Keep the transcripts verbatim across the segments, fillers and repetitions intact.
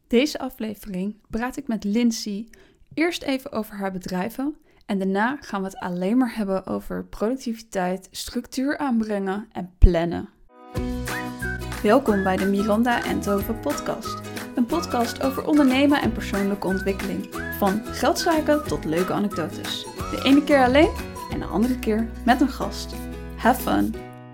Deze aflevering praat ik met Lindsay eerst even over haar bedrijven en daarna gaan we het alleen maar hebben over productiviteit, structuur aanbrengen en plannen. Welkom bij de Miranda en Tove podcast. Een podcast over ondernemen en persoonlijke ontwikkeling. Van geldzaken tot leuke anekdotes. De ene keer alleen en de andere keer met een gast. Have fun!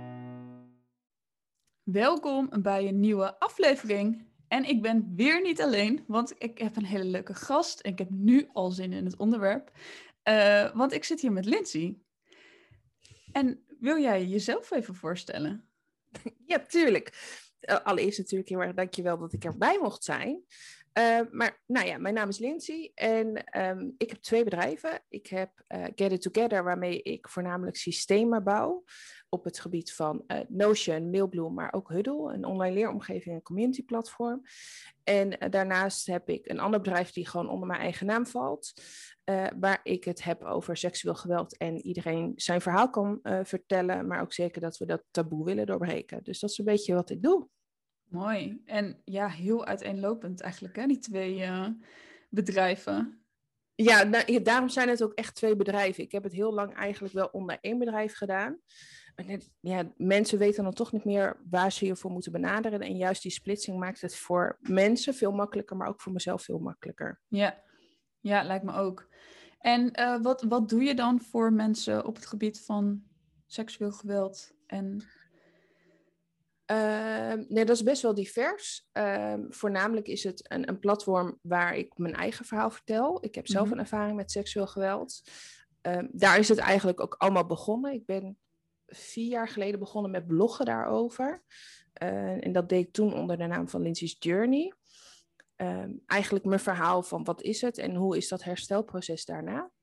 Welkom bij een nieuwe aflevering. En ik ben weer niet alleen, want ik heb een hele leuke gast. En ik heb nu al zin in het onderwerp. Uh, want ik zit hier met Lindsay. En wil jij jezelf even voorstellen? Ja, tuurlijk. Uh, allereerst natuurlijk heel erg dankjewel dat ik erbij mocht zijn. Uh, maar nou ja, mijn naam is Lindsay en um, ik heb twee bedrijven. Ik heb uh, Get It Together, waarmee ik voornamelijk systemen bouw op het gebied van uh, Notion, Mailbloom, maar ook Huddle, een online leeromgeving en community platform. En uh, daarnaast heb ik een ander bedrijf die gewoon onder mijn eigen naam valt, uh, waar ik het heb over seksueel geweld en iedereen zijn verhaal kan uh, vertellen, maar ook zeker dat we dat taboe willen doorbreken. Dus dat is een beetje wat ik doe. Mooi. En ja, heel uiteenlopend eigenlijk, hè, die twee uh, bedrijven. Ja, nou, ja, daarom zijn het ook echt twee bedrijven. Ik heb het heel lang eigenlijk wel onder één bedrijf gedaan. Ja, mensen weten dan toch niet meer waar ze je voor moeten benaderen. En juist die splitsing maakt het voor mensen veel makkelijker, maar ook voor mezelf veel makkelijker. Ja, ja, lijkt me ook. En uh, wat, wat doe je dan voor mensen op het gebied van seksueel geweld en... Uh, nee, dat is best wel divers. Uh, voornamelijk is het een, een platform waar ik mijn eigen verhaal vertel. Ik heb zelf mm-hmm. een ervaring met seksueel geweld. Uh, daar is het eigenlijk ook allemaal begonnen. Ik ben vier jaar geleden begonnen met bloggen daarover. Uh, en dat deed ik toen onder de naam van Lindsay's Journey. Uh, eigenlijk mijn verhaal van wat is het en hoe is dat herstelproces daarna.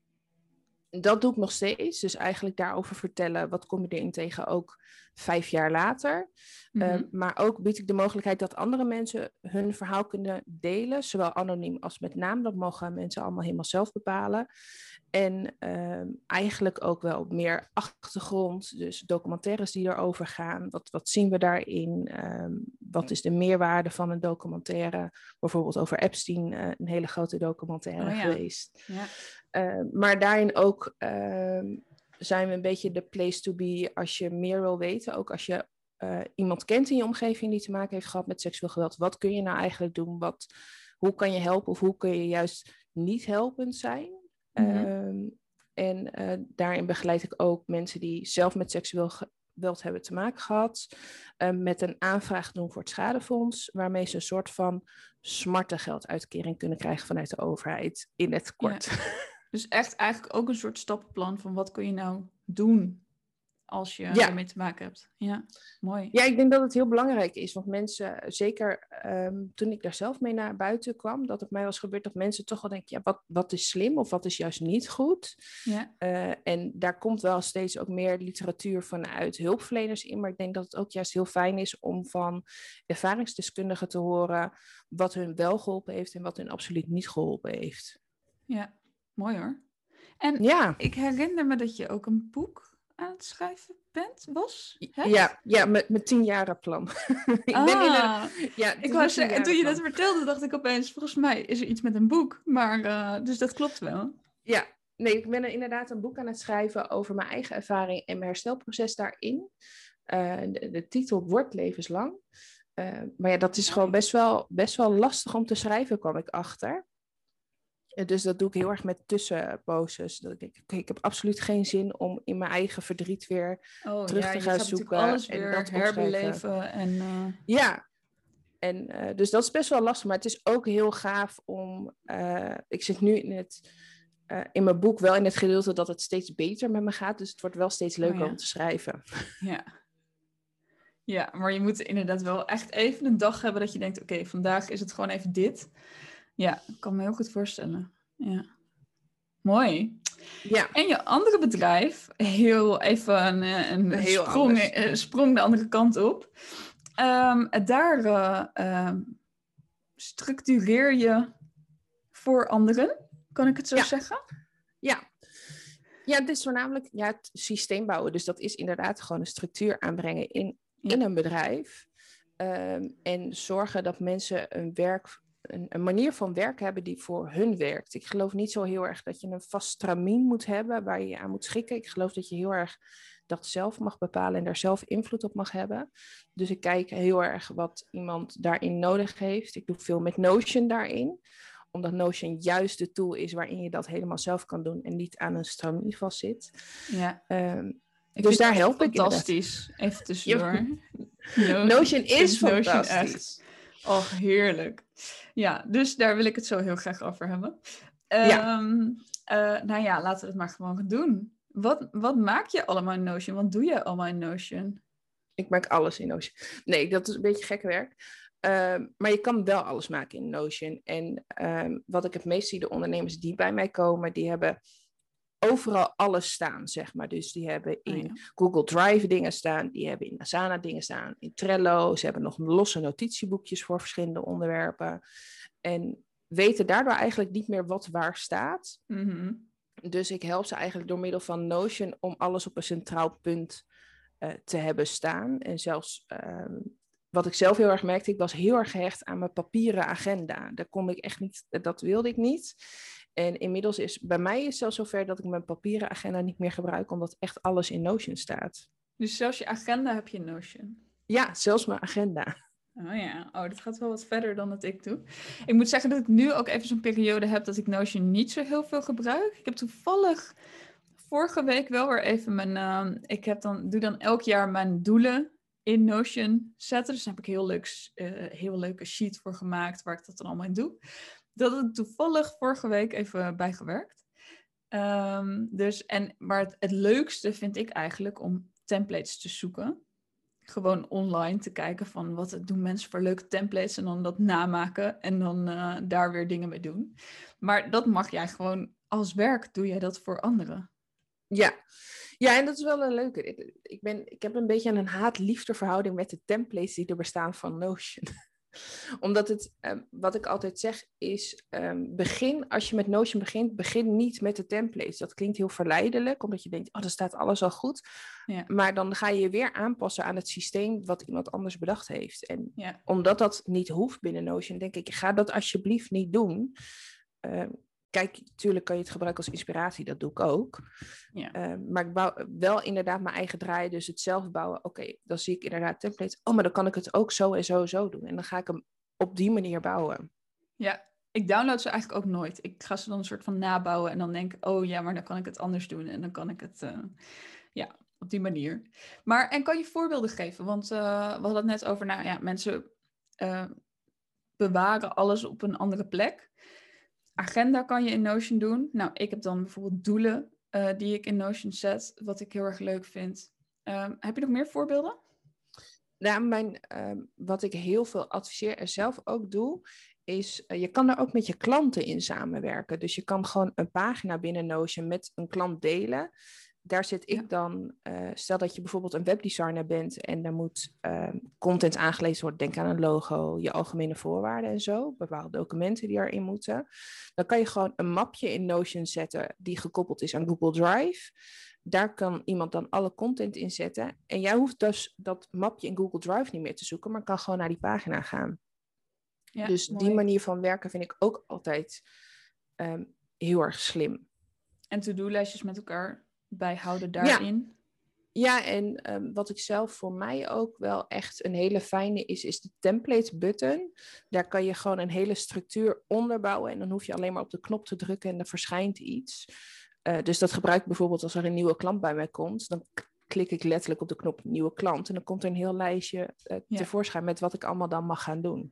Dat doe ik nog steeds. Dus eigenlijk daarover vertellen, wat kom je erin tegen, ook vijf jaar later. Mm-hmm. Uh, maar ook bied ik de mogelijkheid dat andere mensen hun verhaal kunnen delen. Zowel anoniem als met naam. Dat mogen mensen allemaal helemaal zelf bepalen. En uh, eigenlijk ook wel meer achtergrond. Dus documentaires die erover gaan. Wat, wat zien we daarin? Um, wat is de meerwaarde van een documentaire? Bijvoorbeeld over Epstein, uh, een hele grote documentaire oh, ja. geweest. Ja. Uh, maar daarin ook uh, zijn we een beetje de place to be als je meer wil weten. Ook als je uh, iemand kent in je omgeving die te maken heeft gehad met seksueel geweld. Wat kun je nou eigenlijk doen? Wat, hoe kan je helpen of hoe kun je juist niet helpend zijn? Mm-hmm. Uh, en uh, daarin begeleid ik ook mensen die zelf met seksueel geweld hebben te maken gehad. Uh, met een aanvraag doen voor het schadefonds. Waarmee ze een soort van smartengelduitkering kunnen krijgen vanuit de overheid. In het kort. Ja. Dus echt eigenlijk ook een soort stappenplan van wat kun je nou doen als je ja. ermee te maken hebt. Ja, mooi. Ja, ik denk dat het heel belangrijk is. Want mensen, zeker um, toen ik daar zelf mee naar buiten kwam, dat het mij was gebeurd dat mensen toch wel denken, ja, wat, wat is slim of wat is juist niet goed? Ja. Uh, en daar komt wel steeds ook meer literatuur vanuit hulpverleners in. Maar ik denk dat het ook juist heel fijn is om van ervaringsdeskundigen te horen wat hun wel geholpen heeft en wat hun absoluut niet geholpen heeft. Ja, mooi hoor. En ja. ik herinner me dat je ook een boek aan het schrijven bent, was? Het? Ja, ja, met mijn tienjarenplan. ik ah, ben in een, ja, ik wou zeggen, en toen je dat vertelde, dacht ik opeens, volgens mij is er iets met een boek. Maar, uh, dus dat klopt wel. Ja, nee, ik ben er inderdaad een boek aan het schrijven over mijn eigen ervaring en mijn herstelproces daarin. Uh, de, de titel wordt levenslang. Uh, maar ja, dat is gewoon best wel, best wel lastig om te schrijven, kwam ik achter. Dus dat doe ik heel erg met tussenposes. Dat ik denk, oké, okay, ik heb absoluut geen zin om in mijn eigen verdriet weer oh, terug ja, te gaan zoeken. Alles en weer dat herbeleven. En, uh... Ja, en uh, dus dat is best wel lastig. Maar het is ook heel gaaf om... Uh, ik zit nu in, het, uh, in mijn boek wel in het gedeelte dat het steeds beter met me gaat. Dus het wordt wel steeds leuker oh, ja. om te schrijven. Ja. Ja, maar je moet inderdaad wel echt even een dag hebben dat je denkt, oké, okay, vandaag is het gewoon even dit. Ja, ik kan me heel goed voorstellen. Ja. Mooi. Ja. En je andere bedrijf, heel even een, een heel sprong, sprong de andere kant op. Um, daar uh, uh, structureer je voor anderen, kan ik het zo ja. zeggen? Ja. Ja, het is voornamelijk ja, het systeem bouwen. Dus dat is inderdaad gewoon een structuur aanbrengen in, ja. in een bedrijf. Um, en zorgen dat mensen een werk een, een manier van werk hebben die voor hun werkt. Ik geloof niet zo heel erg dat je een vast stramien moet hebben waar je je aan moet schikken. Ik geloof dat je heel erg dat zelf mag bepalen en daar zelf invloed op mag hebben. Dus ik kijk heel erg wat iemand daarin nodig heeft. Ik doe veel met Notion daarin, omdat Notion juist de tool is waarin je dat helemaal zelf kan doen en niet aan een stramien vastzit. Ja. Um, Ik dus daar vind help ik fantastisch. Even tussendoor. Notion, Notion is Notion fantastisch. Echt. Och, heerlijk. Ja, dus daar wil ik het zo heel graag over hebben. Um, ja. Uh, nou ja, laten we het maar gewoon gaan doen. Wat, wat maak je allemaal in Notion? Wat doe je allemaal in Notion? Ik maak alles in Notion. Nee, dat is een beetje gekke werk. Um, maar je kan wel alles maken in Notion. En um, wat ik het meest zie, de ondernemers die bij mij komen, die hebben overal alles staan, zeg maar. Dus die hebben in oh ja. Google Drive dingen staan, die hebben in Asana dingen staan, in Trello. Ze hebben nog losse notitieboekjes voor verschillende onderwerpen. En weten daardoor eigenlijk niet meer wat waar staat. Mm-hmm. Dus ik help ze eigenlijk door middel van Notion om alles op een centraal punt uh, te hebben staan. En zelfs, uh, wat ik zelf heel erg merkte, ik was heel erg gehecht aan mijn papieren agenda. Daar kon ik echt niet, dat wilde ik niet. En inmiddels is, bij mij is het zelfs zover dat ik mijn papieren agenda niet meer gebruik, omdat echt alles in Notion staat. Dus zelfs je agenda heb je in Notion? Ja, zelfs mijn agenda. Oh ja, oh, dat gaat wel wat verder dan dat ik doe. Ik moet zeggen dat ik nu ook even zo'n periode heb dat ik Notion niet zo heel veel gebruik. Ik heb toevallig vorige week wel weer even mijn... Uh, ik heb dan, doe dan elk jaar mijn doelen in Notion zetten. Dus daar heb ik heel leuk, uh, heel leuke sheet voor gemaakt waar ik dat dan allemaal in doe. Dat heb ik toevallig vorige week even bijgewerkt. Um, dus, en, maar het, het leukste vind ik eigenlijk om templates te zoeken. Gewoon online te kijken van wat doen mensen voor leuke templates en dan dat namaken en dan uh, daar weer dingen mee doen. Maar dat mag jij gewoon als werk, doe jij dat voor anderen. Ja, ja, en dat is wel een leuke. Ik, ik, ben, ik heb een beetje een haat-liefde verhouding met de templates die er bestaan van Notion. Omdat het, um, wat ik altijd zeg, is um, begin, als je met Notion begint, begin niet met de templates. Dat klinkt heel verleidelijk, omdat je denkt, oh, dan staat alles al goed. Ja. Maar dan ga je je weer aanpassen aan het systeem wat iemand anders bedacht heeft. En ja. omdat dat niet hoeft binnen Notion, denk ik, ga dat alsjeblieft niet doen. Um, Kijk, natuurlijk kan je het gebruiken als inspiratie, dat doe ik ook. Ja. Uh, maar ik bouw wel inderdaad mijn eigen draai, dus het zelf bouwen. Oké, okay, dan zie ik inderdaad templates. Oh, maar dan kan ik het ook zo en zo en zo doen. En dan ga ik hem op die manier bouwen. Ja, ik download ze eigenlijk ook nooit. Ik ga ze dan een soort van nabouwen en dan denk ik, oh ja, maar dan kan ik het anders doen. En dan kan ik het, uh, ja, op die manier. Maar, en kan je voorbeelden geven? Want uh, we hadden het net over, nou ja, mensen uh, bewaren alles op een andere plek. Agenda kan je in Notion doen. Nou, ik heb dan bijvoorbeeld doelen uh, die ik in Notion zet, wat ik heel erg leuk vind. Um, heb je nog meer voorbeelden? Nou, mijn, uh, wat ik heel veel adviseer en zelf ook doe, is uh, je kan daar ook met je klanten in samenwerken. Dus je kan gewoon een pagina binnen Notion met een klant delen. Daar zit ik ja. dan, uh, stel dat je bijvoorbeeld een webdesigner bent en daar moet uh, content aangelezen worden. Denk aan een logo, je algemene voorwaarden en zo. Bepaalde documenten die erin moeten. Dan kan je gewoon een mapje in Notion zetten die gekoppeld is aan Google Drive. Daar kan iemand dan alle content in zetten. En jij hoeft dus dat mapje in Google Drive niet meer te zoeken, maar kan gewoon naar die pagina gaan. Ja, dus mooi. Die manier van werken vind ik ook altijd um, heel erg slim. En to-do-lijstjes met elkaar bijhouden daarin. Ja, ja en um, wat ik zelf voor mij ook wel echt een hele fijne is, is de templates button. Daar kan je gewoon een hele structuur onderbouwen en dan hoef je alleen maar op de knop te drukken en er verschijnt iets. Uh, dus dat gebruik ik bijvoorbeeld als er een nieuwe klant bij mij komt. Dan klik ik letterlijk op de knop nieuwe klant en dan komt er een heel lijstje uh, ja. tevoorschijn met wat ik allemaal dan mag gaan doen.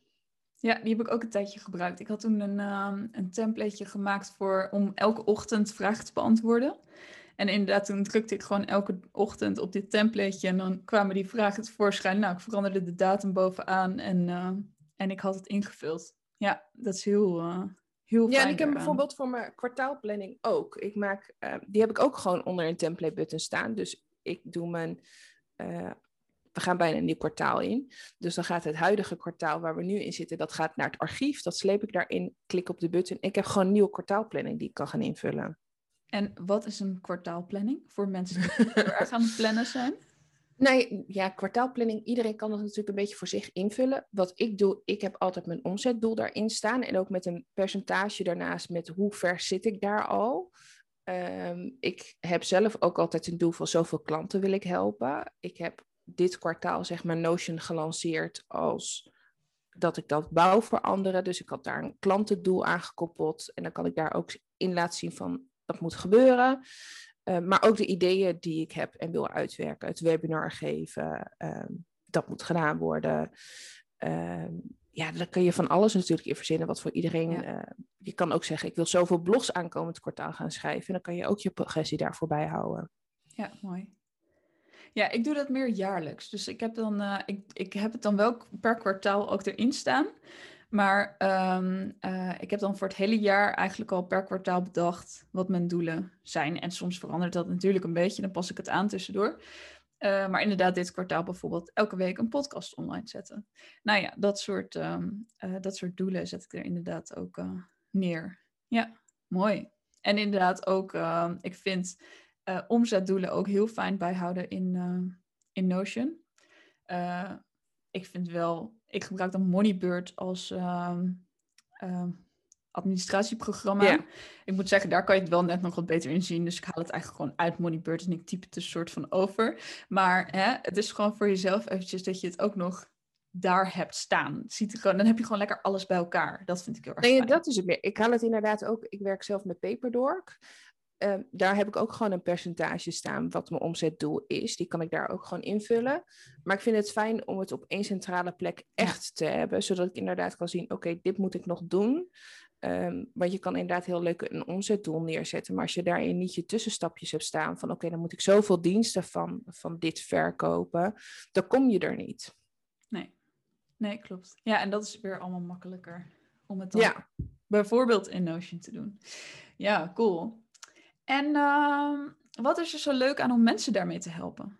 Ja, die heb ik ook een tijdje gebruikt. Ik had toen een, um, een templateje gemaakt voor om elke ochtend vragen te beantwoorden. En inderdaad, toen drukte ik gewoon elke ochtend op dit templateje en dan kwamen die vragen tevoorschijn. Nou, ik veranderde de datum bovenaan en, uh, en ik had het ingevuld. Ja, dat is heel, uh, heel fijn. Ja, en ik heb eraan. bijvoorbeeld voor mijn kwartaalplanning ook. Ik maak, uh, die heb ik ook gewoon onder een template button staan. Dus ik doe mijn... Uh, we gaan bijna een nieuw kwartaal in. Dus dan gaat het huidige kwartaal waar we nu in zitten, dat gaat naar het archief. Dat sleep ik daarin, klik op de button. Ik heb gewoon een nieuwe kwartaalplanning die ik kan gaan invullen. En wat is een kwartaalplanning voor mensen die heel erg aan het plannen zijn? Nee, ja, kwartaalplanning, iedereen kan dat natuurlijk een beetje voor zich invullen. Wat ik doe, ik heb altijd mijn omzetdoel daarin staan en ook met een percentage daarnaast met hoe ver zit ik daar al. Um, ik heb zelf ook altijd een doel van zoveel klanten wil ik helpen. Ik heb dit kwartaal zeg maar Notion gelanceerd als dat ik dat bouw voor anderen. Dus ik had daar een klantendoel aan gekoppeld en dan kan ik daar ook in laten zien van dat moet gebeuren. Uh, maar ook de ideeën die ik heb en wil uitwerken. Het webinar geven, um, dat moet gedaan worden. Um, ja, daar kun je van alles natuurlijk in verzinnen wat voor iedereen... Ja. Uh, je kan ook zeggen, ik wil zoveel blogs aankomend kwartaal gaan schrijven. En dan kan je ook je progressie daarvoor bijhouden. Ja, mooi. Ja, ik doe dat meer jaarlijks. Dus ik heb, dan, uh, ik, ik heb het dan wel per kwartaal ook erin staan. Maar um, uh, ik heb dan voor het hele jaar eigenlijk al per kwartaal bedacht wat mijn doelen zijn. En soms verandert dat natuurlijk een beetje, dan pas ik het aan tussendoor. Uh, maar inderdaad, dit kwartaal bijvoorbeeld elke week een podcast online zetten. Nou ja, dat soort, um, uh, dat soort doelen zet ik er inderdaad ook uh, neer. Ja, mooi. En inderdaad ook, uh, ik vind uh, omzetdoelen ook heel fijn bijhouden in, uh, in Notion. Uh, ik vind wel, ik gebruik dan Moneybird als uh, uh, administratieprogramma. Ja. Ik moet zeggen, daar kan je het wel net nog wat beter in zien. Dus ik haal het eigenlijk gewoon uit Moneybird en ik type het er soort van over. Maar hè, het is gewoon voor jezelf eventjes dat je het ook nog daar hebt staan. Het ziet er gewoon, dan heb je gewoon lekker alles bij elkaar. Dat vind ik heel erg nee, fijn. Dat is het meer. Ik haal het inderdaad ook, ik werk zelf met Paperdork. Uh, daar heb ik ook gewoon een percentage staan wat mijn omzetdoel is. Die kan ik daar ook gewoon invullen. Maar ik vind het fijn om het op één centrale plek echt ja. te hebben. Zodat ik inderdaad kan zien, oké, okay, dit moet ik nog doen. Um, want je kan inderdaad heel leuk een omzetdoel neerzetten. Maar als je daarin niet je tussenstapjes hebt staan van oké, okay, dan moet ik zoveel diensten van, van dit verkopen. Dan kom je er niet. Nee. Nee, klopt. Ja, en dat is weer allemaal makkelijker om het dan ja. bijvoorbeeld in Notion te doen. Ja, cool. En uh, wat is er zo leuk aan om mensen daarmee te helpen?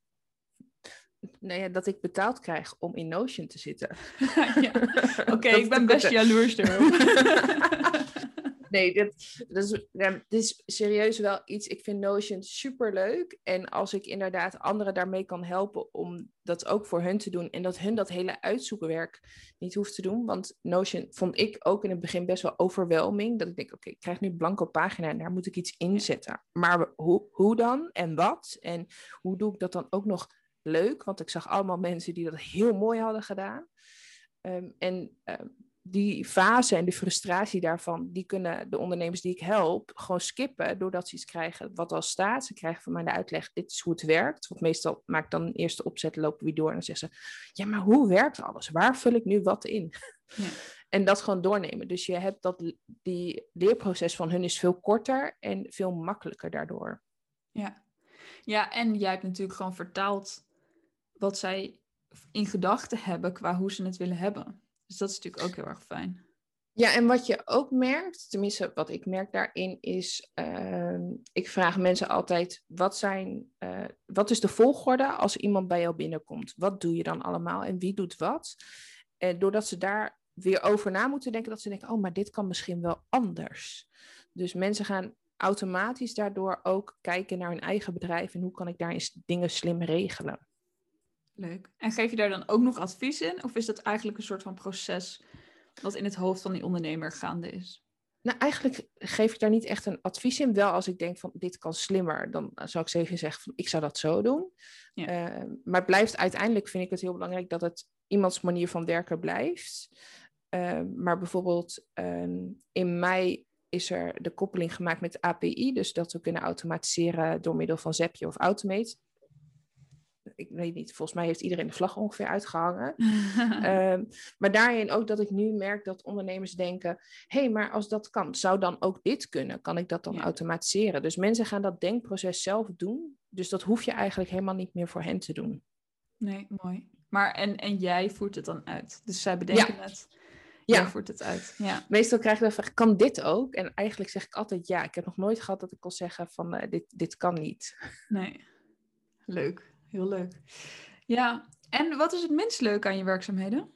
Nou ja, dat ik betaald krijg om in Notion te zitten. ja. Oké, okay, ik ben best jaloers erover. Nee, dit, dit, is, dit is serieus wel iets. Ik vind Notion superleuk. En als ik inderdaad anderen daarmee kan helpen om dat ook voor hun te doen. En dat hun dat hele uitzoekwerk niet hoeft te doen. Want Notion vond ik ook in het begin best wel overwhelming. Dat ik denk, oké, okay, ik krijg nu een blanco pagina en daar moet ik iets inzetten. Maar hoe, hoe dan en wat? En hoe doe ik dat dan ook nog leuk? Want ik zag allemaal mensen die dat heel mooi hadden gedaan. Um, en... Um, die fase en de frustratie daarvan, die kunnen de ondernemers die ik help gewoon skippen, doordat ze iets krijgen wat al staat. Ze krijgen van mij de uitleg, dit is hoe het werkt. Want meestal maak ik dan een eerste opzet, lopen we door en dan zeggen ze, ja, maar hoe werkt alles? Waar vul ik nu wat in? Ja. En dat gewoon doornemen. Dus je hebt dat, die leerproces van hun is veel korter en veel makkelijker daardoor. Ja, ja, en jij hebt natuurlijk gewoon vertaald wat zij in gedachten hebben qua hoe ze het willen hebben. Dus dat is natuurlijk ook heel erg fijn. Ja, en wat je ook merkt, tenminste wat ik merk daarin is, uh, ik vraag mensen altijd, wat, zijn, uh, wat is de volgorde als iemand bij jou binnenkomt? Wat doe je dan allemaal en wie doet wat? En doordat ze daar weer over na moeten denken, dat ze denken, oh, maar dit kan misschien wel anders. Dus mensen gaan automatisch daardoor ook kijken naar hun eigen bedrijf en hoe kan ik daarin dingen slim regelen. Leuk. En geef je daar dan ook nog advies in? Of is dat eigenlijk een soort van proces wat in het hoofd van die ondernemer gaande is? Nou, eigenlijk geef ik daar niet echt een advies in. Wel als ik denk van dit kan slimmer, dan zou ik zeker zeggen van ik zou dat zo doen. Ja. Uh, maar het blijft uiteindelijk, vind ik het heel belangrijk dat het iemands manier van werken blijft. Uh, maar bijvoorbeeld uh, in mei is er de koppeling gemaakt met A P I. Dus dat we kunnen automatiseren door middel van Zapier of Automate. Ik weet niet, volgens mij heeft iedereen de vlag ongeveer uitgehangen. um, maar daarin ook dat ik nu merk dat ondernemers denken, hé, hey, maar als dat kan, zou dan ook dit kunnen? Kan ik dat dan ja. automatiseren? Dus mensen gaan dat denkproces zelf doen. Dus dat hoef je eigenlijk helemaal niet meer voor hen te doen. Nee, mooi. Maar en, en jij voert het dan uit? Dus zij bedenken ja. het, jij ja. voert het uit. Ja. Meestal krijg je de vraag, kan dit ook? En eigenlijk zeg ik altijd ja. Ik heb nog nooit gehad dat ik kon zeggen van, uh, dit, dit kan niet. Nee, leuk. Heel leuk. Ja, en wat is het minst leuk aan je werkzaamheden?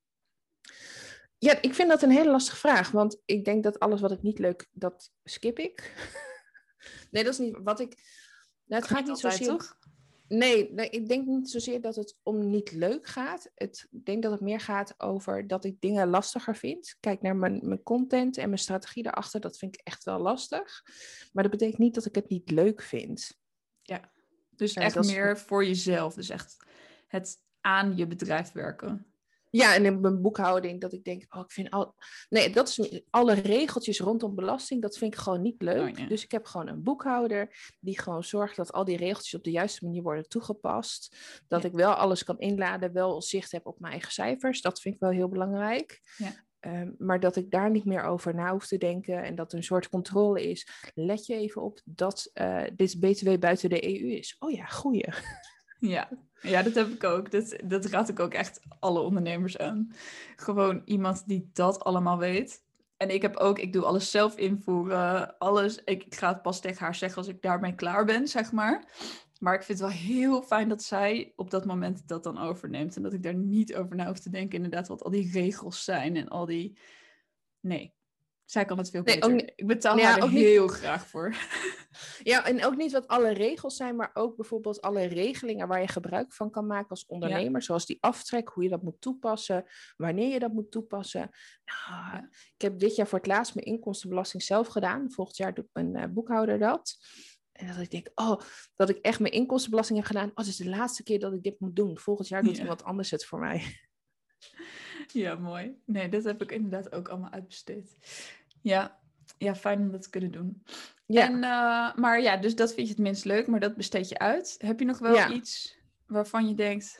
Ja, ik vind dat een hele lastige vraag. Want ik denk dat alles wat ik niet leuk, dat skip ik. Nee, dat is niet wat ik... Nou, het gaat niet altijd, zozeer... toch? Nee, nee, ik denk niet zozeer dat het om niet leuk gaat. Het, ik denk dat het meer gaat over dat ik dingen lastiger vind. Kijk naar mijn, mijn content en mijn strategie daarachter. Dat vind ik echt wel lastig. Maar dat betekent niet dat ik het niet leuk vind. Ja, dus Uh, echt dat is... meer voor jezelf. Dus echt het aan je bedrijf werken. Ja, en in mijn boekhouding dat ik denk, oh, ik vind al... Nee, dat is alle regeltjes rondom belasting, dat vind ik gewoon niet leuk. Oh, ja. Dus ik heb gewoon een boekhouder die gewoon zorgt dat al die regeltjes op de juiste manier worden toegepast. Dat Ja. ik wel alles kan inladen, wel zicht heb op mijn eigen cijfers. Dat vind ik wel heel belangrijk. Ja. Um, maar dat ik daar niet meer over na hoef te denken en dat er een soort controle is. Let je even op dat uh, dit B T W buiten de E U is. Oh ja, goeie. Ja, ja, dat heb ik ook. Dat, dat raad ik ook echt alle ondernemers aan. Gewoon iemand die dat allemaal weet. En ik heb ook, ik doe alles zelf invoeren, alles. Ik, ik ga het pas tegen haar zeggen als ik daarmee klaar ben, zeg maar. Maar ik vind het wel heel fijn dat zij op dat moment dat dan overneemt. En dat ik daar niet over na hoef te denken, inderdaad, wat al die regels zijn en al die... Nee, zij kan het veel Nee, beter. Ook, ik betaal ja, haar er ook heel niet... graag voor. Ja, en ook niet wat alle regels zijn, maar ook bijvoorbeeld alle regelingen waar je gebruik van kan maken als ondernemer. Ja. Zoals die aftrek, hoe je dat moet toepassen, wanneer je dat moet toepassen. Nou, ja. Ik heb dit jaar voor het laatst mijn inkomstenbelasting zelf gedaan. Volgend jaar doet mijn uh, boekhouder dat. En dat ik denk, oh, dat ik echt mijn inkomstenbelasting heb gedaan. Oh, het is de laatste keer dat ik dit moet doen. Volgend jaar doet ja. iemand anders het voor mij. Ja, mooi. Nee, dat heb ik inderdaad ook allemaal uitbesteed. Ja, ja, fijn om dat te kunnen doen. Ja. En, uh, maar ja, dus dat vind je het minst leuk, maar dat besteed je uit. Heb je nog wel ja. iets waarvan je denkt...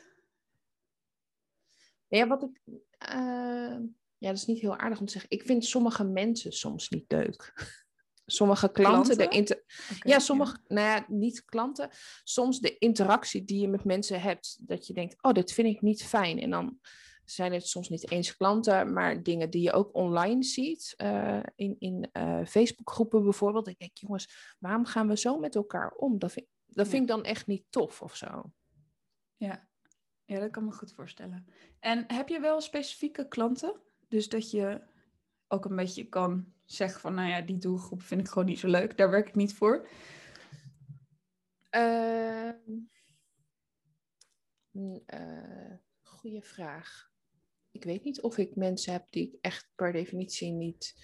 Ja, wat ik... Uh, ja, dat is niet heel aardig om te zeggen. Ik vind sommige mensen soms niet leuk. Sommige klanten, klanten? de inter... okay, ja, sommige, ja. nou ja, niet klanten. Soms de interactie die je met mensen hebt, dat je denkt, oh, dit vind ik niet fijn. En dan zijn het soms niet eens klanten, maar dingen die je ook online ziet, uh, in, in uh, Facebookgroepen bijvoorbeeld. Ik denk, jongens, waarom gaan we zo met elkaar om? Dat vind, dat vind ja. ik dan echt niet tof of zo. Ja. ja, dat kan me goed voorstellen. En heb je wel specifieke klanten? Dus dat je ook een beetje kan zeggen van, nou ja, die doelgroep vind ik gewoon niet zo leuk. Daar werk ik niet voor. Uh, uh, goeie vraag. Ik weet niet of ik mensen heb die ik echt per definitie niet...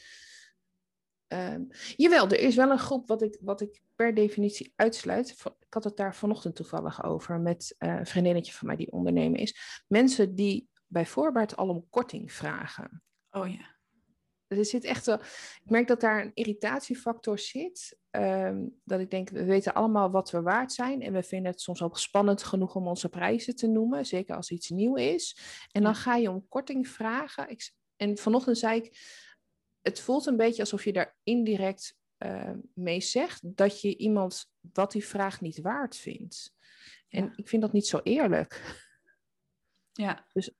Um, jawel, er is wel een groep wat ik, wat ik per definitie uitsluit. Ik had het daar vanochtend toevallig over met uh, een vriendinnetje van mij die ondernemer is. Mensen die bij voorbaat al om korting vragen. Oh ja. Er zit echt wel, ik merk dat daar een irritatiefactor zit. Um, dat ik denk, we weten allemaal wat we waard zijn. En we vinden het soms ook spannend genoeg om onze prijzen te noemen. Zeker als iets nieuw is. En dan ja. ga je om korting vragen. Ik, en vanochtend zei ik, het voelt een beetje alsof je daar indirect uh, mee zegt. Dat je iemand wat die vraag niet waard vindt. En ja. ik vind dat niet zo eerlijk. Ja. Dus...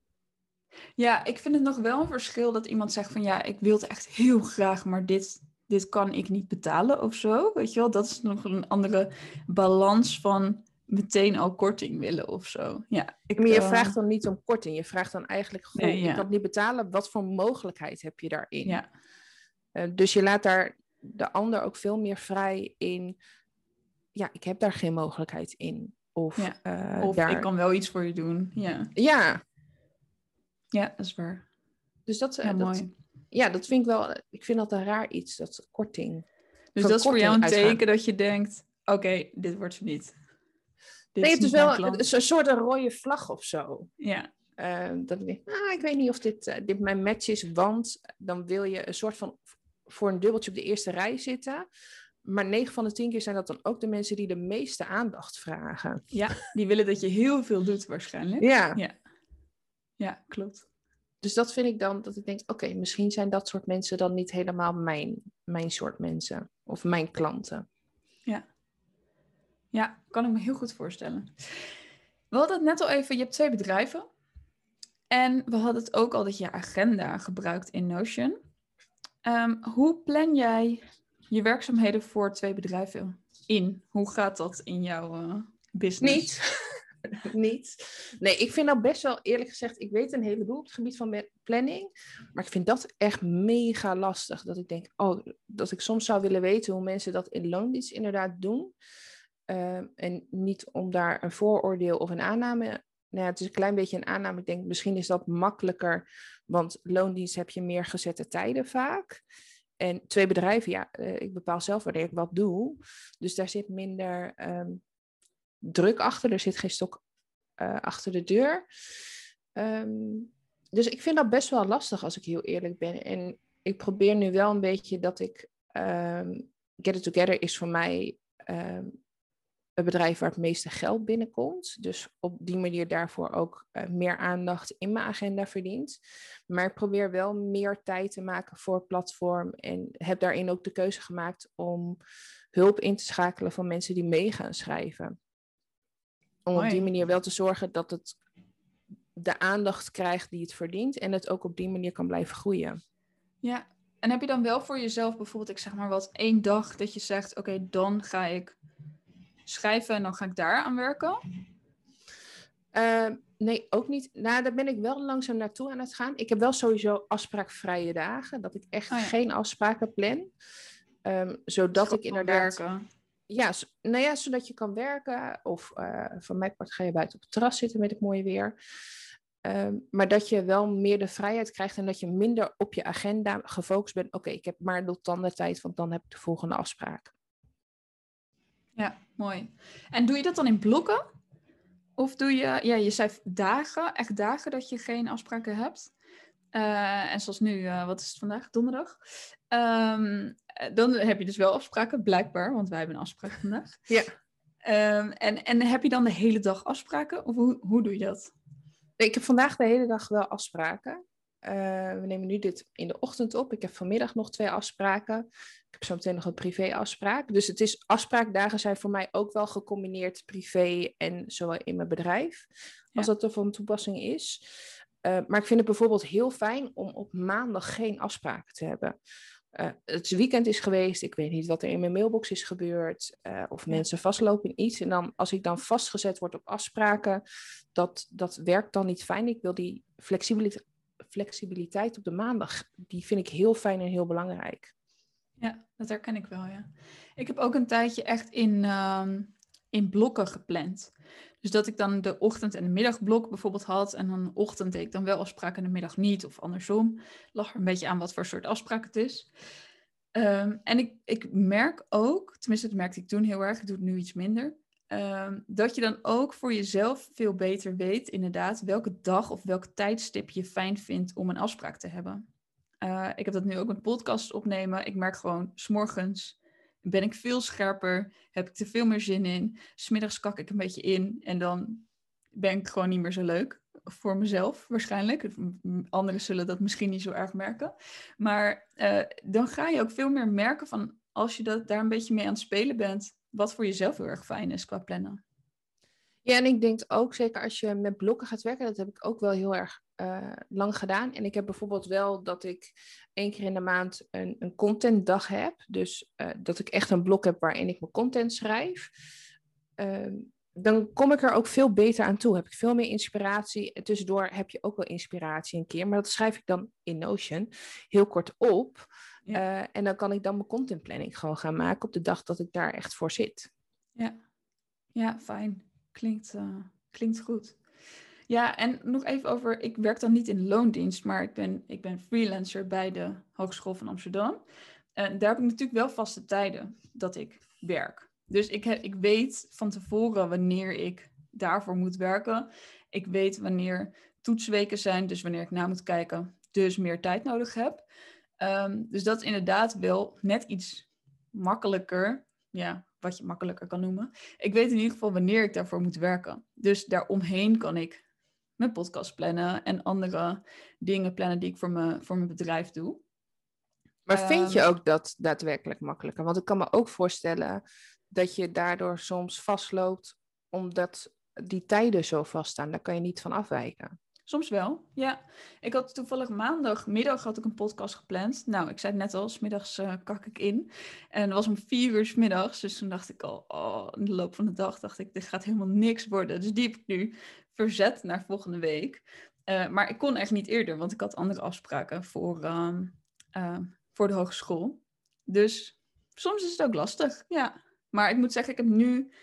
Ja, ik vind het nog wel een verschil dat iemand zegt van ja, ik wil het echt heel graag, maar dit, dit kan ik niet betalen of zo. Weet je wel, dat is nog een andere balans van meteen al korting willen of zo. Ja, ik, maar je uh... vraagt dan niet om korting, je vraagt dan eigenlijk, goh, nee, ja. ik kan het niet betalen, wat voor mogelijkheid heb je daarin? Ja. Uh, dus je laat daar de ander ook veel meer vrij in, ja, ik heb daar geen mogelijkheid in. Of, ja. uh, of daar... ik kan wel iets voor je doen. Ja. Ja. Ja, dat is waar. Dus dat, ja, dat, mooi. Ja, dat vind ik wel, ik vind dat een raar iets, dat korting. Dus dat is voor jou een uitgaan. Teken dat je denkt, oké, okay, dit wordt niet. Dit nee, is het is wel het is een soort een rode vlag of zo. Ja. Uh, dat ik denk, ah, ik weet niet of dit, uh, dit mijn match is, want dan wil je een soort van voor een dubbeltje op de eerste rij zitten. Maar negen van de tien keer zijn dat dan ook de mensen die de meeste aandacht vragen. Ja, die willen dat je heel veel doet waarschijnlijk. Ja. Ja, ja klopt. Dus dat vind ik dan, dat ik denk, oké, okay, misschien zijn dat soort mensen dan niet helemaal mijn, mijn soort mensen. Of mijn klanten. Ja. Ja, kan ik me heel goed voorstellen. We hadden het net al even, je hebt twee bedrijven. En we hadden het ook al dat je agenda gebruikt in Notion. Um, hoe plan jij je werkzaamheden voor twee bedrijven in? Hoe gaat dat in jouw uh, business? Niet. Niet. Nee, ik vind nou best wel, eerlijk gezegd, ik weet een heleboel op het gebied van planning, maar ik vind dat echt mega lastig. Dat ik denk, oh, dat ik soms zou willen weten hoe mensen dat in loondienst inderdaad doen. Uh, en niet om daar een vooroordeel of een aanname... Nou ja, het is een klein beetje een aanname. Ik denk, misschien is dat makkelijker, want loondienst heb je meer gezette tijden vaak. En twee bedrijven, ja, uh, ik bepaal zelf wanneer ik wat doe. Dus daar zit minder um, druk achter. Er zit geen stok uh, achter de deur. Um, dus ik vind dat best wel lastig, als ik heel eerlijk ben. En ik probeer nu wel een beetje dat ik... Um, Get It Together is voor mij... Um, een bedrijf waar het meeste geld binnenkomt. Dus op die manier daarvoor ook uh, meer aandacht in mijn agenda verdient. Maar ik probeer wel meer tijd te maken voor het platform. En heb daarin ook de keuze gemaakt om hulp in te schakelen van mensen die mee gaan schrijven. Om Hoi. op die manier wel te zorgen dat het de aandacht krijgt die het verdient. En het ook op die manier kan blijven groeien. Ja, en heb je dan wel voor jezelf bijvoorbeeld, ik zeg maar wat, één dag dat je zegt, oké, okay, dan ga ik schrijven en dan ga ik daar aan werken? Uh, nee, ook niet. Nou, daar ben ik wel langzaam naartoe aan het gaan. Ik heb wel sowieso afspraakvrije dagen. Dat ik echt oh ja. geen afspraken plan. Um, zodat ik inderdaad... werken. Ja, zo, nou ja, zodat je kan werken. Of uh, van mijn part ga je buiten op het terras zitten met het mooie weer. Um, maar dat je wel meer de vrijheid krijgt en dat je minder op je agenda gefocust bent. Oké, okay, ik heb maar tot dan de tijd, want dan heb ik de volgende afspraak. Ja, mooi. En doe je dat dan in blokken? Of doe je, ja, je zei dagen, echt dagen dat je geen afspraken hebt. Uh, en zoals nu, uh, wat is het vandaag? Donderdag. Um, dan heb je dus wel afspraken, blijkbaar, want wij hebben een afspraak vandaag. Ja. Um, en, en heb je dan de hele dag afspraken? Of hoe, hoe doe je dat? Ik heb vandaag de hele dag wel afspraken. Uh, we nemen nu dit in de ochtend op. Ik heb vanmiddag nog twee afspraken. Ik heb zo meteen nog een privéafspraak. Dus het is, afspraakdagen zijn voor mij ook wel gecombineerd privé en zowel in mijn bedrijf. Als ja. dat er van toepassing is. Uh, maar ik vind het bijvoorbeeld heel fijn om op maandag geen afspraken te hebben. Uh, het weekend is geweest. Ik weet niet wat er in mijn mailbox is gebeurd. Uh, of ja. mensen vastlopen in iets. En dan, als ik dan vastgezet word op afspraken, dat, dat werkt dan niet fijn. Ik wil die flexibiliteit, flexibiliteit op de maandag. Die vind ik heel fijn en heel belangrijk. Ja, dat herken ik wel, ja. Ik heb ook een tijdje echt in, um, in blokken gepland. Dus dat ik dan de ochtend- en de middagblok bijvoorbeeld had. En dan de ochtend deed ik dan wel afspraken en de middag niet. Of andersom. Lag er een beetje aan wat voor soort afspraak het is. Um, en ik, ik merk ook, tenminste dat merkte ik toen heel erg. Ik doe het nu iets minder. Um, dat je dan ook voor jezelf veel beter weet inderdaad welke dag of welk tijdstip je fijn vindt om een afspraak te hebben. Uh, ik heb dat nu ook met podcasts opnemen. Ik merk gewoon, 's morgens ben ik veel scherper, heb ik er veel meer zin in. 's Middags kak ik een beetje in en dan ben ik gewoon niet meer zo leuk. Voor mezelf waarschijnlijk. Anderen zullen dat misschien niet zo erg merken. Maar uh, dan ga je ook veel meer merken van, als je dat, daar een beetje mee aan het spelen bent, wat voor jezelf heel erg fijn is qua plannen. Ja, en ik denk ook, zeker als je met blokken gaat werken, dat heb ik ook wel heel erg uh, lang gedaan. En ik heb bijvoorbeeld wel dat ik één keer in de maand een, een contentdag heb. Dus uh, dat ik echt een blok heb waarin ik mijn content schrijf. Uh, dan kom ik er ook veel beter aan toe. Heb ik veel meer inspiratie. En tussendoor heb je ook wel inspiratie een keer. Maar dat schrijf ik dan in Notion heel kort op. Ja. Uh, en dan kan ik dan mijn contentplanning gewoon gaan maken op de dag dat ik daar echt voor zit. Ja, ja, fijn. Klinkt, uh, klinkt goed. Ja, en nog even over, ik werk dan niet in loondienst, maar ik ben, ik ben freelancer bij de Hogeschool van Amsterdam. En daar heb ik natuurlijk wel vaste tijden dat ik werk. Dus ik, heb, ik weet van tevoren wanneer ik daarvoor moet werken. Ik weet wanneer toetsweken zijn, dus wanneer ik na moet kijken, dus meer tijd nodig heb. Um, dus dat is inderdaad wel net iets makkelijker, ja, wat je makkelijker kan noemen. Ik weet in ieder geval wanneer ik daarvoor moet werken. Dus daaromheen kan ik mijn podcast plannen en andere dingen plannen die ik voor, me, voor mijn bedrijf doe. Maar vind je ook dat daadwerkelijk makkelijker? Want ik kan me ook voorstellen dat je daardoor soms vastloopt omdat die tijden zo vaststaan. Daar kan je niet van afwijken. Soms wel, ja. Ik had toevallig maandagmiddag had ik een podcast gepland. Nou, ik zei het net al, 's middags uh, kak ik in. En het was om vier uur 's middags. Dus toen dacht ik al, oh, in de loop van de dag dacht ik, dit gaat helemaal niks worden. Dus die heb ik nu verzet naar volgende week. Uh, maar ik kon echt niet eerder, want ik had andere afspraken voor, uh, uh, voor de hogeschool. Dus soms is het ook lastig, ja. Maar ik moet zeggen, ik heb nu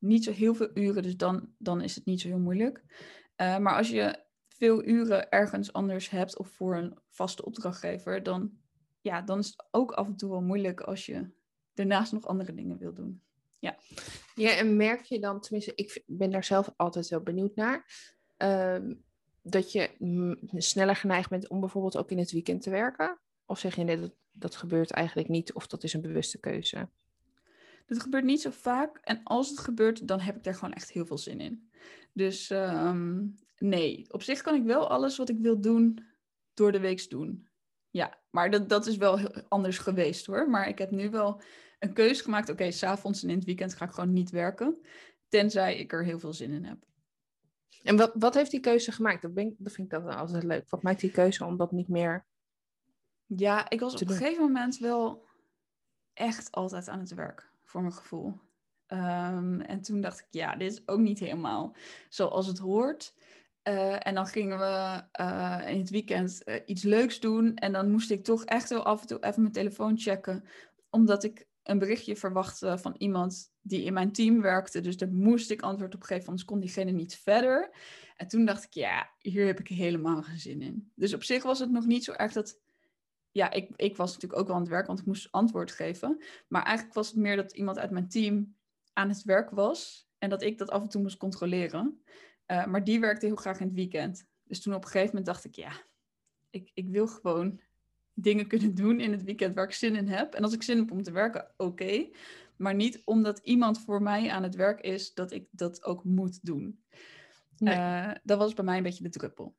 niet zo heel veel uren, dus dan, dan is het niet zo heel moeilijk. Uh, maar als je veel uren ergens anders hebt of voor een vaste opdrachtgever, dan, ja, dan is het ook af en toe wel moeilijk als je daarnaast nog andere dingen wil doen. Ja. Ja, en merk je dan, tenminste, ik ben daar zelf altijd wel benieuwd naar, uh, dat je m- sneller geneigd bent om bijvoorbeeld ook in het weekend te werken? Of zeg je nee, dat, dat gebeurt eigenlijk niet, of dat is een bewuste keuze? Dat gebeurt niet zo vaak. En als het gebeurt, dan heb ik daar gewoon echt heel veel zin in. Dus um, nee, op zich kan ik wel alles wat ik wil doen door de week doen. Ja, maar dat, dat is wel heel anders geweest hoor. Maar ik heb nu wel een keuze gemaakt. Oké, okay, 's avonds en in het weekend ga ik gewoon niet werken. Tenzij ik er heel veel zin in heb. En wat, wat heeft die keuze gemaakt? Dat, ben, dat vind ik dat altijd leuk. Wat maakt die keuze om dat niet meer Ja, ik was op te een doen? gegeven moment wel echt altijd aan het werk, voor mijn gevoel. Um, en toen dacht ik, ja, dit is ook niet helemaal zoals het hoort. Uh, en dan gingen we uh, in het weekend uh, iets leuks doen. En dan moest ik toch echt wel af en toe even mijn telefoon checken. Omdat ik een berichtje verwachtte van iemand die in mijn team werkte. Dus daar moest ik antwoord op geven, anders kon diegene niet verder. En toen dacht ik, ja, hier heb ik helemaal geen zin in. Dus op zich was het nog niet zo erg dat... Ja, ik, ik was natuurlijk ook wel aan het werk, want ik moest antwoord geven. Maar eigenlijk was het meer dat iemand uit mijn team aan het werk was. En dat ik dat af en toe moest controleren. Uh, maar die werkte heel graag in het weekend. Dus toen op een gegeven moment dacht ik, ja, ik, ik wil gewoon dingen kunnen doen in het weekend waar ik zin in heb. En als ik zin heb om te werken, oké. Okay. Maar niet omdat iemand voor mij aan het werk is, dat ik dat ook moet doen. Nee. Uh, dat was bij mij een beetje de druppel.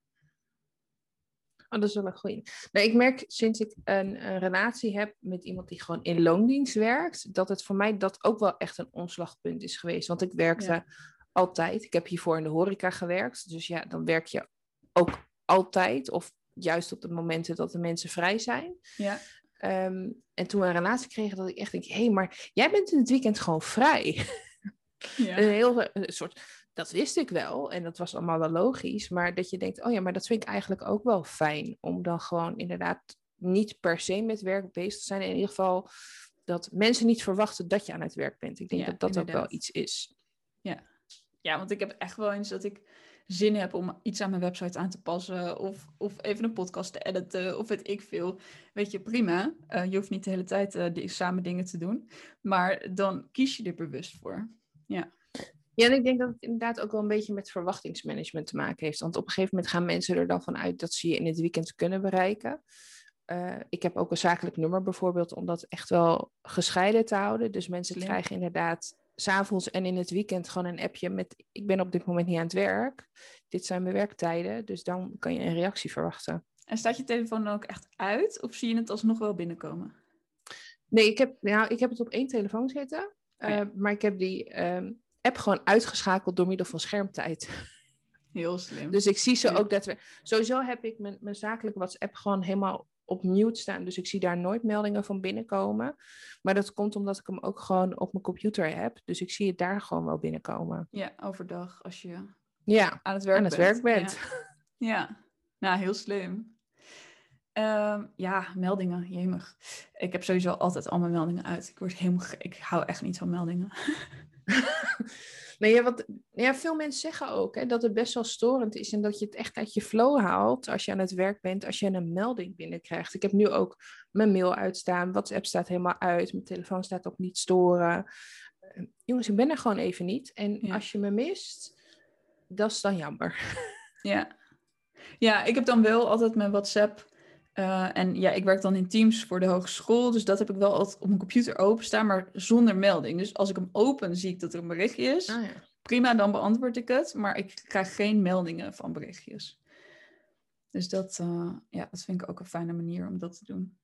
Oh, dat is wel een goeie. Nou, ik merk sinds ik een, een relatie heb met iemand die gewoon in loondienst werkt, dat het voor mij dat ook wel echt een omslagpunt is geweest. Want ik werkte ja. altijd. Ik heb hiervoor in de horeca gewerkt. Dus ja, dan werk je ook altijd. Of juist op de momenten dat de mensen vrij zijn. Ja. Um, en toen we een relatie kregen, dat ik echt denk, hé, hey, maar jij bent in het weekend gewoon vrij. Ja. Een heel een soort... Dat wist ik wel en dat was allemaal wel logisch. Maar dat je denkt, oh ja, maar dat vind ik eigenlijk ook wel fijn. Om dan gewoon inderdaad niet per se met werk bezig te zijn. In ieder geval dat mensen niet verwachten dat je aan het werk bent. Ik denk ja, dat dat inderdaad ook wel iets is. Ja. ja, want ik heb echt wel eens dat ik zin heb om iets aan mijn website aan te passen. Of, of even een podcast te editen. Of weet ik veel. Weet je, prima. Uh, je hoeft niet de hele tijd uh, die, samen dingen te doen. Maar dan kies je er bewust voor. Ja. Ja, en ik denk dat het inderdaad ook wel een beetje met verwachtingsmanagement te maken heeft. Want op een gegeven moment gaan mensen er dan vanuit dat ze je in het weekend kunnen bereiken. Uh, ik heb ook een zakelijk nummer bijvoorbeeld om dat echt wel gescheiden te houden. Dus mensen Slim. krijgen inderdaad 's avonds en in het weekend gewoon een appje met... ik ben op dit moment niet aan het werk. Dit zijn mijn werktijden. Dus dan kan je een reactie verwachten. En staat je telefoon dan ook echt uit? Of zie je het alsnog wel binnenkomen? Nee, ik heb, nou, ik heb het op één telefoon zitten. Uh, oh ja. Maar ik heb die... Um, app gewoon uitgeschakeld door middel van schermtijd. Heel slim. Dus ik zie ze ja. ook dat we... Sowieso heb ik mijn, mijn zakelijke WhatsApp gewoon helemaal op mute staan. Dus ik zie daar nooit meldingen van binnenkomen. Maar dat komt omdat ik hem ook gewoon op mijn computer heb. Dus ik zie het daar gewoon wel binnenkomen. Ja, overdag als je ja, aan het werk aan het bent. Werk bent. Ja. ja, nou heel slim. Um, ja, meldingen, jemig. Ik heb sowieso altijd al mijn meldingen uit. Ik word helemaal gek. Ik hou echt niet van meldingen. Nee, ja, wat, ja, veel mensen zeggen ook hè, dat het best wel storend is en dat je het echt uit je flow haalt als je aan het werk bent, als je een melding binnenkrijgt. Ik heb nu ook mijn mail uitstaan, WhatsApp staat helemaal uit, mijn telefoon staat op niet storen. Uh, jongens, ik ben er gewoon even niet. En ja. als je me mist, dat is dan jammer. Ja. ja, ik heb dan wel altijd mijn WhatsApp... Uh, en ja, ik werk dan in Teams voor de hogeschool. Dus dat heb ik wel altijd op mijn computer openstaan, maar zonder melding. Dus als ik hem open, zie ik dat er een berichtje is. Ah, ja. Prima, dan beantwoord ik het. Maar ik krijg geen meldingen van berichtjes. Dus dat, uh, ja, dat vind ik ook een fijne manier om dat te doen.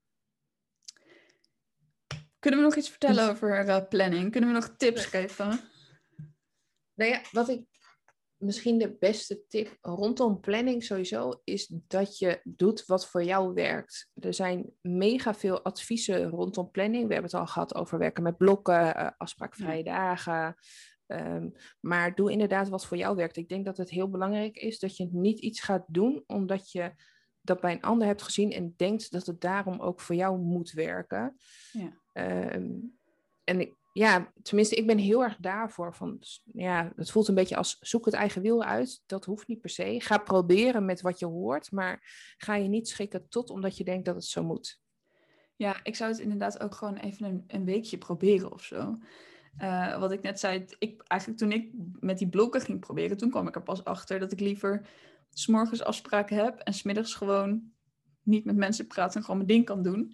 Kunnen we nog iets vertellen dus... over uh, planning? Kunnen we nog tips geven? Nou ja, wat ik... Misschien de beste tip rondom planning sowieso is dat je doet wat voor jou werkt. Er zijn mega veel adviezen rondom planning. We hebben het al gehad over werken met blokken, uh, afspraakvrije ja. dagen. Um, maar doe inderdaad wat voor jou werkt. Ik denk dat het heel belangrijk is dat je niet iets gaat doen omdat je dat bij een ander hebt gezien en denkt dat het daarom ook voor jou moet werken. Ja. Um, en ik ja, tenminste, ik ben heel erg daarvoor. Van, ja, het voelt een beetje als zoek het eigen wiel uit. Dat hoeft niet per se. Ga proberen met wat je hoort, maar ga je niet schikken tot omdat je denkt dat het zo moet. Ja, ik zou het inderdaad ook gewoon even een, een weekje proberen of zo. Uh, wat ik net zei, ik, eigenlijk toen ik met die blokken ging proberen, toen kwam ik er pas achter dat ik liever 's morgens afspraken heb en 's middags gewoon niet met mensen praten en gewoon mijn ding kan doen.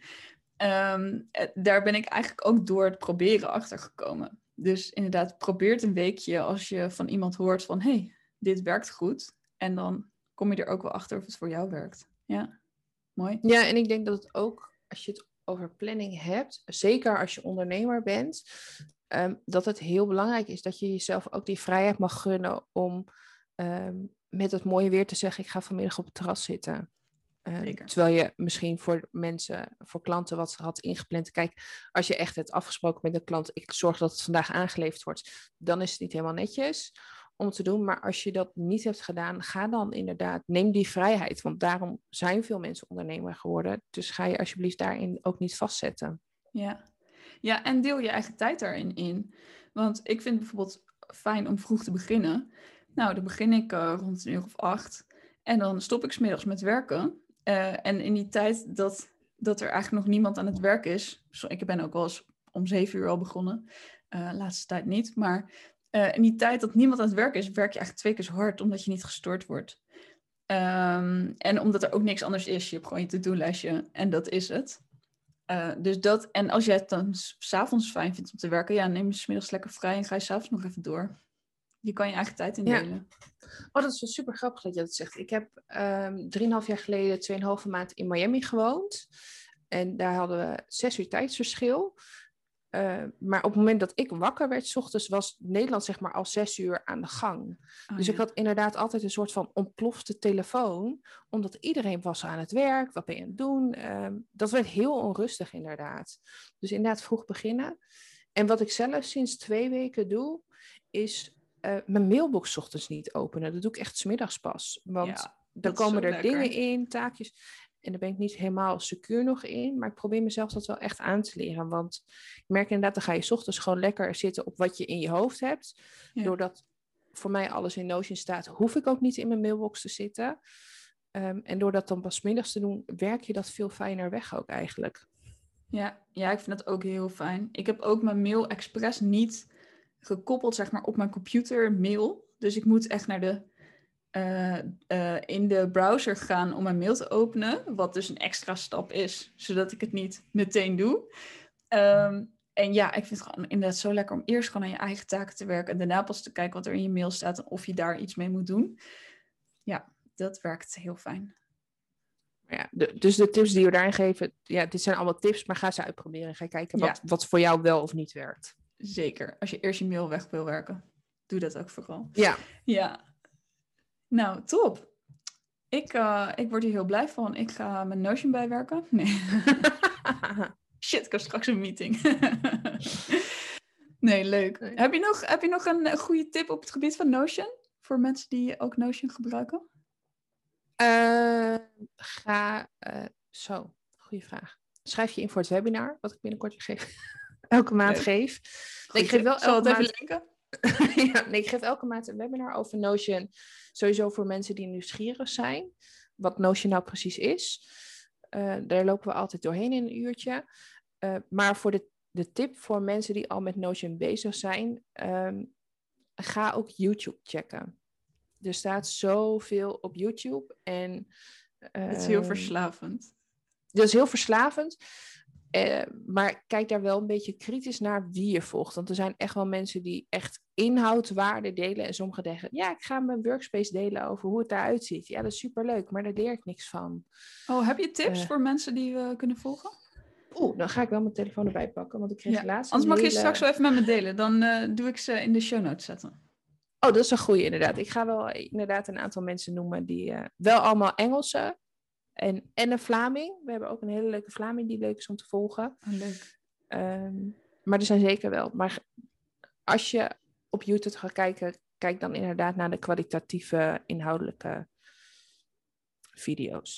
Um, daar ben ik eigenlijk ook door het proberen achter gekomen. Dus inderdaad, probeer het een weekje als je van iemand hoort van, hé, hey, dit werkt goed. En dan kom je er ook wel achter of het voor jou werkt. Ja, mooi. Ja, en ik denk dat het ook, als je het over planning hebt, zeker als je ondernemer bent, um, dat het heel belangrijk is dat je jezelf ook die vrijheid mag gunnen om um, met het mooie weer te zeggen, ik ga vanmiddag op het terras zitten. Uh, terwijl je misschien voor mensen, voor klanten wat had ingepland. Kijk, als je echt hebt afgesproken met een klant, ik zorg dat het vandaag aangeleverd wordt, dan is het niet helemaal netjes om te doen. Maar als je dat niet hebt gedaan, ga dan inderdaad, neem die vrijheid. Want daarom zijn veel mensen ondernemer geworden. Dus ga je alsjeblieft daarin ook niet vastzetten. Ja, ja, en deel je eigen tijd daarin in. Want ik vind het bijvoorbeeld fijn om vroeg te beginnen. Nou, dan begin ik uh, rond een uur of acht. En dan stop ik 's middags met werken. Uh, en in die tijd dat, dat er eigenlijk nog niemand aan het werk is. Ik ben ook wel eens om zeven uur al begonnen. Uh, laatste tijd niet. Maar uh, in die tijd dat niemand aan het werk is, werk je eigenlijk twee keer zo hard. Omdat je niet gestoord wordt. Um, en omdat er ook niks anders is. Je hebt gewoon je to-do-lijstje. En dat is het. Uh, dus dat, en als jij het dan 's avonds fijn vindt om te werken, ja, neem je 's middags lekker vrij en ga je 's avonds nog even door. Je kan je eigen tijd indelen. Ja. Oh, dat is wel super grappig dat je dat zegt. Ik heb um, drieënhalf jaar geleden, tweeënhalve maand in Miami gewoond. En daar hadden we zes uur tijdsverschil. Uh, maar op het moment dat ik wakker werd, 's ochtends, was Nederland zeg maar al zes uur aan de gang. Oh, dus ja. Ik had inderdaad altijd een soort van ontplofte telefoon, omdat iedereen was aan het werk. Wat ben je aan het doen? Um, dat werd heel onrustig inderdaad. Dus inderdaad vroeg beginnen. En wat ik zelf sinds twee weken doe, is uh, mijn mailbox 's ochtends niet openen. Dat doe ik echt 's middags pas. Want ja, dan komen er lekker. dingen in, taakjes. En daar ben ik niet helemaal secuur nog in. Maar ik probeer mezelf dat wel echt aan te leren. Want ik merk inderdaad, dan ga je 's ochtends gewoon lekker zitten op wat je in je hoofd hebt. Ja. Doordat voor mij alles in Notion staat, hoef ik ook niet in mijn mailbox te zitten. Um, en door dat dan pas 's middags te doen, werk je dat veel fijner weg ook eigenlijk. Ja, ja, ik vind dat ook heel fijn. Ik heb ook mijn mail expres niet gekoppeld, zeg maar, op mijn computer mail. Dus ik moet echt naar de... Uh, uh, in de browser gaan om mijn mail te openen, wat dus een extra stap is, zodat ik het niet meteen doe. Um, en ja, ik vind het gewoon inderdaad zo lekker om eerst gewoon aan je eigen taken te werken en daarna pas te kijken wat er in je mail staat en of je daar iets mee moet doen. Ja, dat werkt heel fijn. Ja, de, dus de tips die we daarin geven, ja, dit zijn allemaal tips, maar ga ze uitproberen en ga kijken wat, ja. wat voor jou wel of niet werkt. Zeker, als je eerst je mail weg wil werken, doe dat ook vooral. Ja. Ja. Nou, top. Ik, uh, ik word hier heel blij van. Ik ga mijn Notion bijwerken. Nee. Shit, ik heb straks een meeting. Nee, leuk. Nee. Heb je nog, heb je nog een, een goede tip op het gebied van Notion? Voor mensen die ook Notion gebruiken? Uh, ga... Uh, zo, goede vraag. Schrijf je in voor het webinar, wat ik binnenkort geef. elke maand leuk. geef. Nee, ik geef wel Zal elke het maand... even linken? ja, nee, ik geef elke maand een webinar over Notion. Sowieso voor mensen die nieuwsgierig zijn. Wat Notion nou precies is. Uh, daar lopen we altijd doorheen in een uurtje. Uh, maar voor de, de tip voor mensen die al met Notion bezig zijn. Um, ga ook YouTube checken. Er staat zoveel op YouTube. En, uh, het is heel verslavend. Dat is heel verslavend. Uh, maar kijk daar wel een beetje kritisch naar wie je volgt. Want er zijn echt wel mensen die echt inhoudswaarde delen. En sommigen zeggen, ja, ik ga mijn workspace delen over hoe het eruit ziet. Ja, dat is superleuk, maar daar leer ik niks van. Oh, heb je tips uh, voor mensen die we kunnen volgen? Oeh, dan ga ik wel mijn telefoon erbij pakken. Want ik kreeg ja, laatst anders mag hele... je straks wel even met me delen. Dan uh, doe ik ze in de show notes zetten. Oh, dat is een goeie inderdaad. Ik ga wel inderdaad een aantal mensen noemen die uh, wel allemaal Engelse... En, en een Vlaming. We hebben ook een hele leuke Vlaming die leuk is om te volgen. Oh, leuk. Um, maar er zijn zeker wel. Maar als je op YouTube gaat kijken, kijk dan inderdaad naar de kwalitatieve, inhoudelijke video's.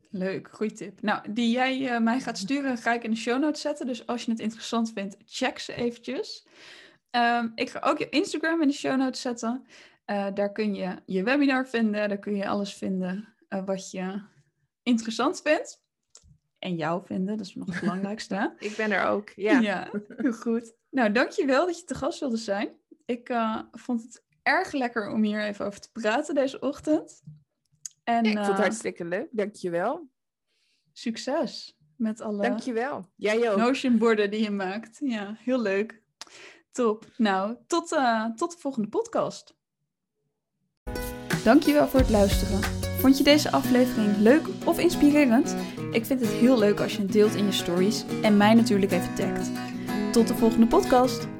Leuk, goeie tip. Nou, die jij uh, mij gaat sturen, ga ik in de show notes zetten. Dus als je het interessant vindt, check ze eventjes. Um, ik ga ook je Instagram in de show notes zetten. Uh, daar kun je je webinar vinden. Daar kun je alles vinden uh, wat je interessant vindt. En jou vinden, dat is nog het belangrijkste. Ik ben er ook, ja. Ja, heel goed. Nou, dankjewel dat je te gast wilde zijn. Ik uh, vond het erg lekker om hier even over te praten deze ochtend. En, ja, ik vond het uh, hartstikke leuk, dankjewel. Succes met alle dankjewel. Jij ook. Notion-borden die je maakt. Ja, heel leuk. Top. Nou, tot, uh, tot de volgende podcast. Dankjewel voor het luisteren. Vond je deze aflevering leuk of inspirerend? Ik vind het heel leuk als je het deelt in je stories en mij natuurlijk even tagt. Tot de volgende podcast.